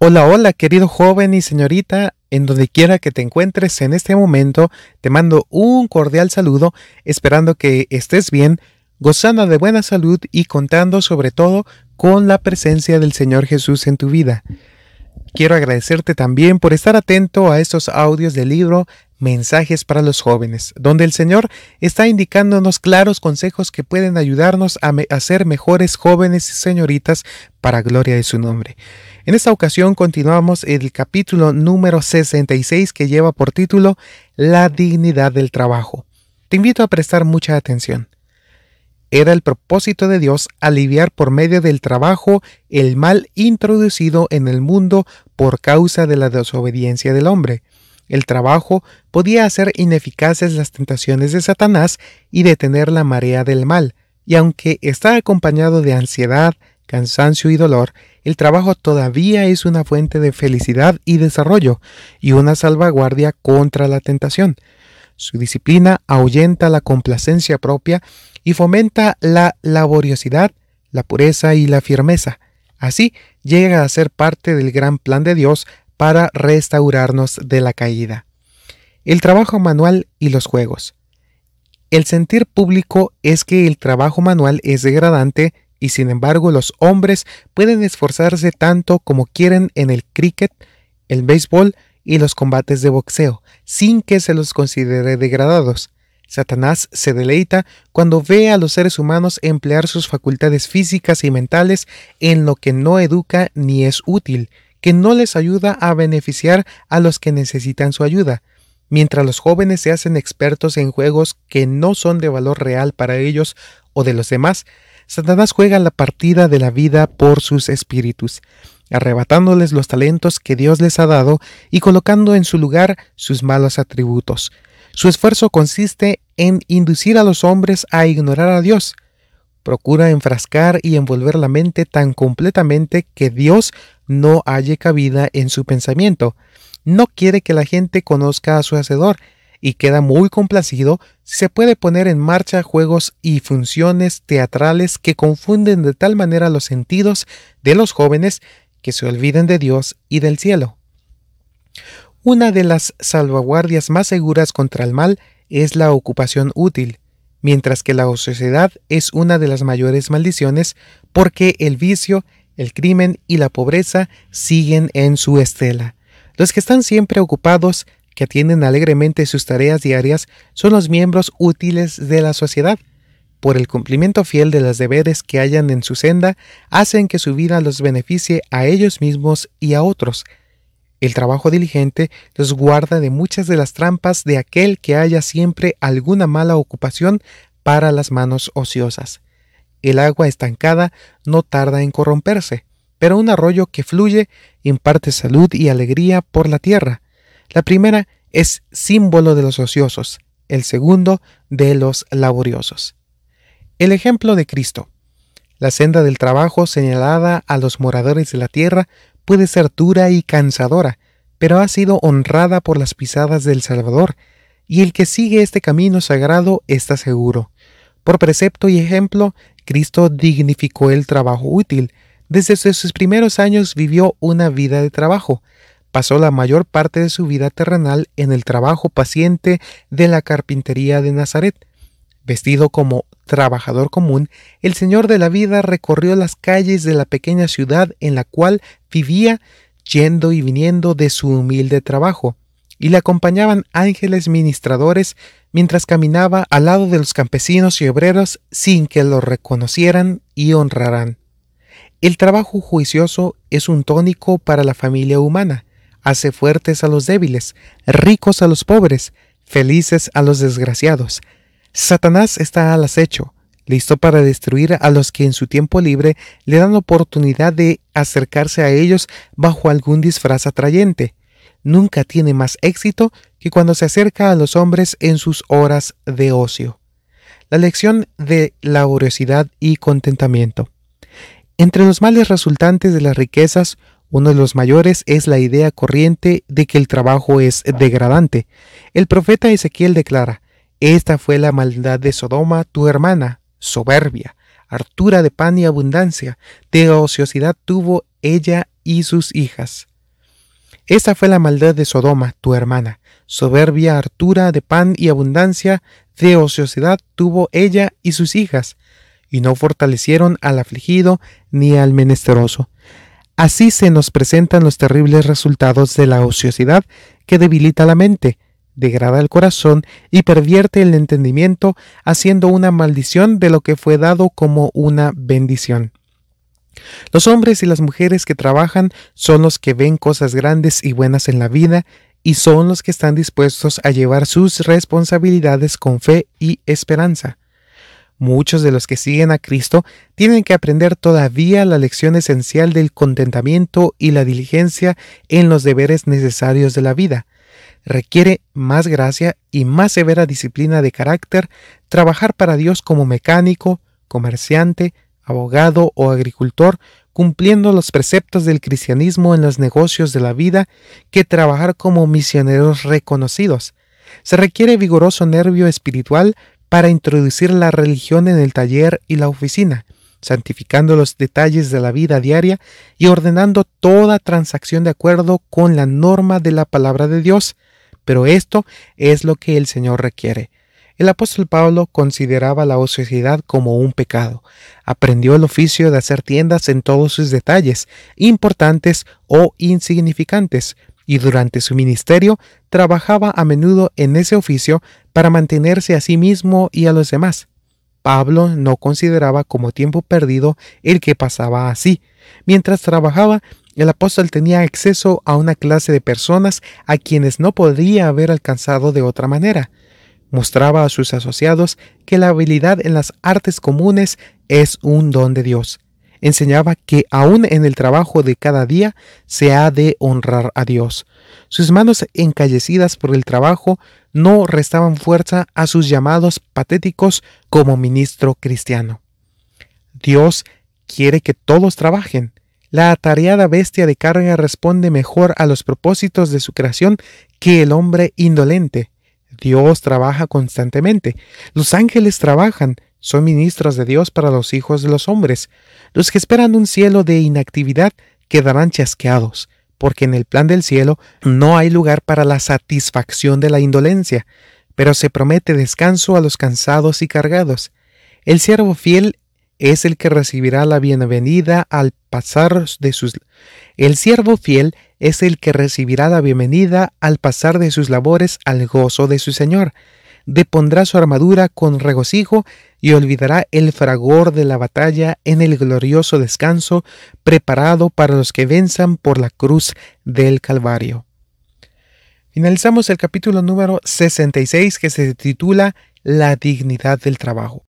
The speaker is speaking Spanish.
Hola, hola, querido joven y señorita, en donde quiera que te encuentres en este momento, te mando un cordial saludo, esperando que estés bien, gozando de buena salud y contando sobre todo con la presencia del Señor Jesús en tu vida. Quiero agradecerte también por estar atento a estos audios del libro Mensajes para los Jóvenes, donde el Señor está indicándonos claros consejos que pueden ayudarnos a ser mejores jóvenes y señoritas para gloria de su nombre. En esta ocasión continuamos el capítulo número 66 que lleva por título La dignidad del trabajo. Te invito a prestar mucha atención. Era el propósito de Dios aliviar por medio del trabajo el mal introducido en el mundo por causa de la desobediencia del hombre. El trabajo podía hacer ineficaces las tentaciones de Satanás y detener la marea del mal, y aunque está acompañado de ansiedad, cansancio y dolor, el trabajo todavía es una fuente de felicidad y desarrollo, y una salvaguardia contra la tentación. Su disciplina ahuyenta la complacencia propia y fomenta la laboriosidad, la pureza y la firmeza. Así llega a ser parte del gran plan de Dios para restaurarnos de la caída. El trabajo manual y los juegos. El sentir público es que el trabajo manual es degradante y sin embargo los hombres pueden esforzarse tanto como quieren en el cricket, el béisbol y los combates de boxeo, sin que se los considere degradados. Satanás se deleita cuando ve a los seres humanos emplear sus facultades físicas y mentales en lo que no educa ni es útil, que no les ayuda a beneficiar a los que necesitan su ayuda. Mientras los jóvenes se hacen expertos en juegos que no son de valor real para ellos o de los demás, Satanás juega la partida de la vida por sus espíritus, arrebatándoles los talentos que Dios les ha dado y colocando en su lugar sus malos atributos. Su esfuerzo consiste en inducir a los hombres a ignorar a Dios. Procura enfrascar y envolver la mente tan completamente que Dios no halle cabida en su pensamiento. No quiere que la gente conozca a su Hacedor y queda muy complacido si se puede poner en marcha juegos y funciones teatrales que confunden de tal manera los sentidos de los jóvenes que se olviden de Dios y del cielo. Una de las salvaguardias más seguras contra el mal es la ocupación útil, mientras que la ociosidad es una de las mayores maldiciones porque el vicio, el crimen y la pobreza siguen en su estela. Los que están siempre ocupados, que atienden alegremente sus tareas diarias, son los miembros útiles de la sociedad. Por el cumplimiento fiel de los deberes que hallan en su senda, hacen que su vida los beneficie a ellos mismos y a otros. El trabajo diligente los guarda de muchas de las trampas de aquel que haya siempre alguna mala ocupación para las manos ociosas. El agua estancada no tarda en corromperse, pero un arroyo que fluye imparte salud y alegría por la tierra. La primera es símbolo de los ociosos, el segundo de los laboriosos. El ejemplo de Cristo. La senda del trabajo señalada a los moradores de la tierra puede ser dura y cansadora, pero ha sido honrada por las pisadas del Salvador, y el que sigue este camino sagrado está seguro. Por precepto y ejemplo, Cristo dignificó el trabajo útil. Desde sus primeros años vivió una vida de trabajo. Pasó la mayor parte de su vida terrenal en el trabajo paciente de la carpintería de Nazaret. Vestido como trabajador común, el Señor de la vida recorrió las calles de la pequeña ciudad en la cual vivía, yendo y viniendo de su humilde trabajo, y le acompañaban ángeles ministradores mientras caminaba al lado de los campesinos y obreros sin que lo reconocieran y honraran. El trabajo juicioso es un tónico para la familia humana. Hace fuertes a los débiles, ricos a los pobres, felices a los desgraciados. Satanás está al acecho, listo para destruir a los que en su tiempo libre le dan oportunidad de acercarse a ellos bajo algún disfraz atrayente. Nunca tiene más éxito que cuando se acerca a los hombres en sus horas de ocio. La lección de laboriosidad y contentamiento. Entre los males resultantes de las riquezas, uno de los mayores es la idea corriente de que el trabajo es degradante. El profeta Ezequiel declara: «Esta fue la maldad de Sodoma, tu hermana, soberbia, hartura de pan y abundancia, de ociosidad tuvo ella y sus hijas». Esta fue la maldad de Sodoma, tu hermana. Soberbia, hartura de pan y abundancia de ociosidad tuvo ella y sus hijas, y no fortalecieron al afligido ni al menesteroso. Así se nos presentan los terribles resultados de la ociosidad que debilita la mente, degrada el corazón y pervierte el entendimiento, haciendo una maldición de lo que fue dado como una bendición. Los hombres y las mujeres que trabajan son los que ven cosas grandes y buenas en la vida y son los que están dispuestos a llevar sus responsabilidades con fe y esperanza. Muchos de los que siguen a Cristo tienen que aprender todavía la lección esencial del contentamiento y la diligencia en los deberes necesarios de la vida. Requiere más gracia y más severa disciplina de carácter trabajar para Dios como mecánico, comerciante, abogado o agricultor, cumpliendo los preceptos del cristianismo en los negocios de la vida, que trabajar como misioneros reconocidos. Se requiere vigoroso nervio espiritual para introducir la religión en el taller y la oficina, santificando los detalles de la vida diaria y ordenando toda transacción de acuerdo con la norma de la palabra de Dios. Pero esto es lo que el Señor requiere. El apóstol Pablo consideraba la ociosidad como un pecado. Aprendió el oficio de hacer tiendas en todos sus detalles, importantes o insignificantes, y durante su ministerio trabajaba a menudo en ese oficio para mantenerse a sí mismo y a los demás. Pablo no consideraba como tiempo perdido el que pasaba así. Mientras trabajaba, el apóstol tenía acceso a una clase de personas a quienes no podría haber alcanzado de otra manera. Mostraba a sus asociados que la habilidad en las artes comunes es un don de Dios. Enseñaba que aún en el trabajo de cada día se ha de honrar a Dios. Sus manos encallecidas por el trabajo no restaban fuerza a sus llamados patéticos como ministro cristiano. Dios quiere que todos trabajen. La atareada bestia de carga responde mejor a los propósitos de su creación que el hombre indolente. Dios trabaja constantemente. Los ángeles trabajan, son ministros de Dios para los hijos de los hombres. Los que esperan un cielo de inactividad quedarán chasqueados, porque en el plan del cielo no hay lugar para la satisfacción de la indolencia, pero se promete descanso a los cansados y cargados. El siervo fiel es el que recibirá la bienvenida al pasar de sus labores al gozo de su Señor. Depondrá su armadura con regocijo y olvidará el fragor de la batalla en el glorioso descanso preparado para los que venzan por la cruz del Calvario. Finalizamos el capítulo número 66, que se titula La dignidad del trabajo.